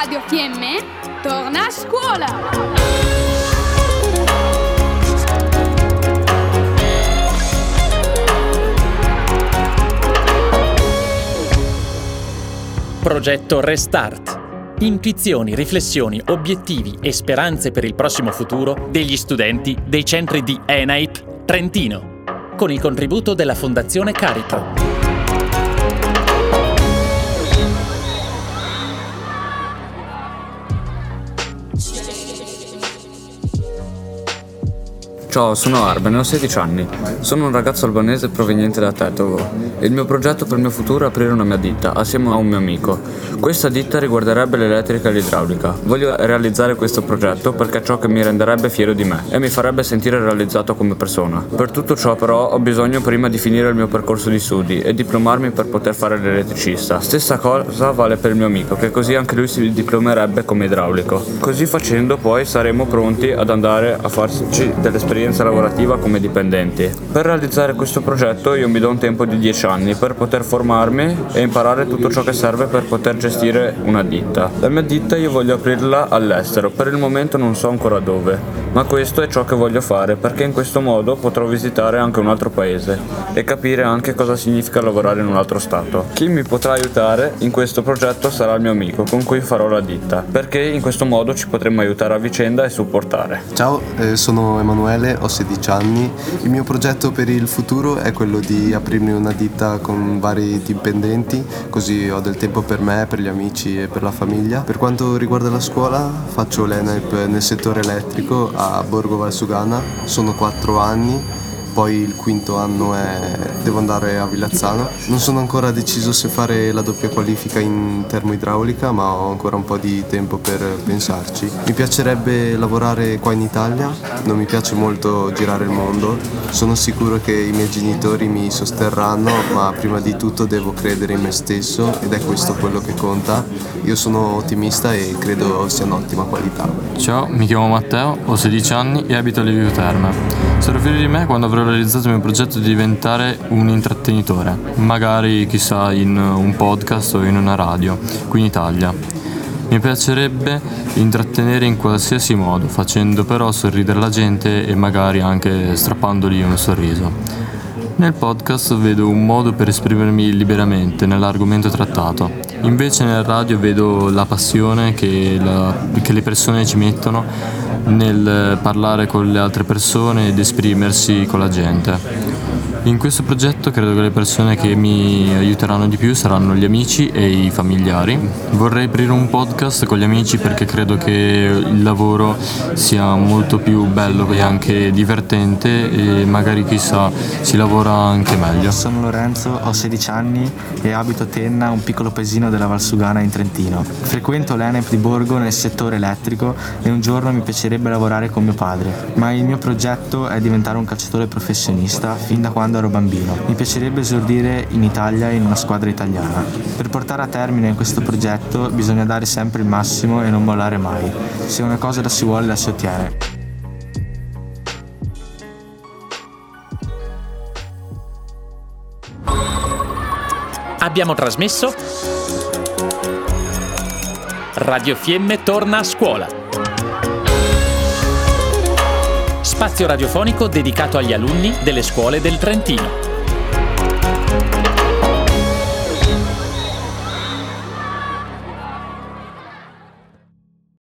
Radio Fiemme torna a scuola! Progetto Restart. Intuizioni, riflessioni, obiettivi e speranze per il prossimo futuro degli studenti dei centri di ENAIP Trentino, con il contributo della Fondazione Carico. Ciao, sono Arben, ho 16 anni. Sono un ragazzo albanese proveniente da Tetovo. Il mio progetto per il mio futuro è aprire una mia ditta, assieme a un mio amico. Questa ditta riguarderebbe l'elettrica e l'idraulica. Voglio realizzare questo progetto perché è ciò che mi renderebbe fiero di me e mi farebbe sentire realizzato come persona. Per tutto ciò però ho bisogno prima di finire il mio percorso di studi e diplomarmi per poter fare l'elettricista. Stessa cosa vale per il mio amico, che così anche lui si diplomerebbe come idraulico. Così facendo poi saremo pronti ad andare a farci dell'esperienza lavorativa come dipendenti. Per realizzare questo progetto io mi do un tempo di 10 anni per poter formarmi e imparare tutto ciò che serve per poter gestire una ditta. La mia ditta io voglio aprirla all'estero, per il momento non so ancora dove, ma questo è ciò che voglio fare perché in questo modo potrò visitare anche un altro paese e capire anche cosa significa lavorare in un altro stato. Chi mi potrà aiutare in questo progetto sarà il mio amico con cui farò la ditta, perché in questo modo ci potremo aiutare a vicenda e supportare. Ciao, sono Emanuele, ho 16 anni. Il mio progetto per il futuro è quello di aprirmi una ditta con vari dipendenti, così ho del tempo per me, per gli amici e per la famiglia. Per quanto riguarda la scuola, faccio l'ENAIP nel settore elettrico a Borgo Valsugana, sono 4 anni. Poi il quinto anno devo andare a Villazzano. Non sono ancora deciso se fare la doppia qualifica in termoidraulica, ma ho ancora un po' di tempo per pensarci. Mi piacerebbe lavorare qua in Italia, non mi piace molto girare il mondo. Sono sicuro che i miei genitori mi sosterranno, ma prima di tutto devo credere in me stesso ed è questo quello che conta. Io sono ottimista e credo sia un'ottima qualità. Ciao, mi chiamo Matteo, ho 16 anni e abito a Liviu Terme. Sarò fiero di me quando avrò realizzato il mio progetto di diventare un intrattenitore, magari chissà in un podcast o in una radio, qui in Italia. Mi piacerebbe intrattenere in qualsiasi modo, facendo però sorridere la gente e magari anche strappandogli un sorriso. Nel podcast vedo un modo per esprimermi liberamente nell'argomento trattato, invece nel radio vedo la passione che le persone ci mettono nel parlare con le altre persone ed esprimersi con la gente. In questo progetto credo che le persone che mi aiuteranno di più saranno gli amici e i familiari. Vorrei aprire un podcast con gli amici perché credo che il lavoro sia molto più bello e anche divertente e magari chissà si lavora anche meglio. Sono Lorenzo, ho 16 anni e abito a Tenna, un piccolo paesino della Valsugana in Trentino. Frequento l'ENAIP di Borgo nel settore elettrico e un giorno mi piacerebbe lavorare con mio padre, ma il mio progetto è diventare un calciatore professionista fin da quando ero bambino. Mi piacerebbe esordire in Italia in una squadra italiana. Per portare a termine questo progetto bisogna dare sempre il massimo e non mollare mai. Se una cosa la si vuole la si ottiene. Abbiamo trasmesso Radio Fiemme torna a scuola. Spazio radiofonico dedicato agli alunni delle scuole del Trentino.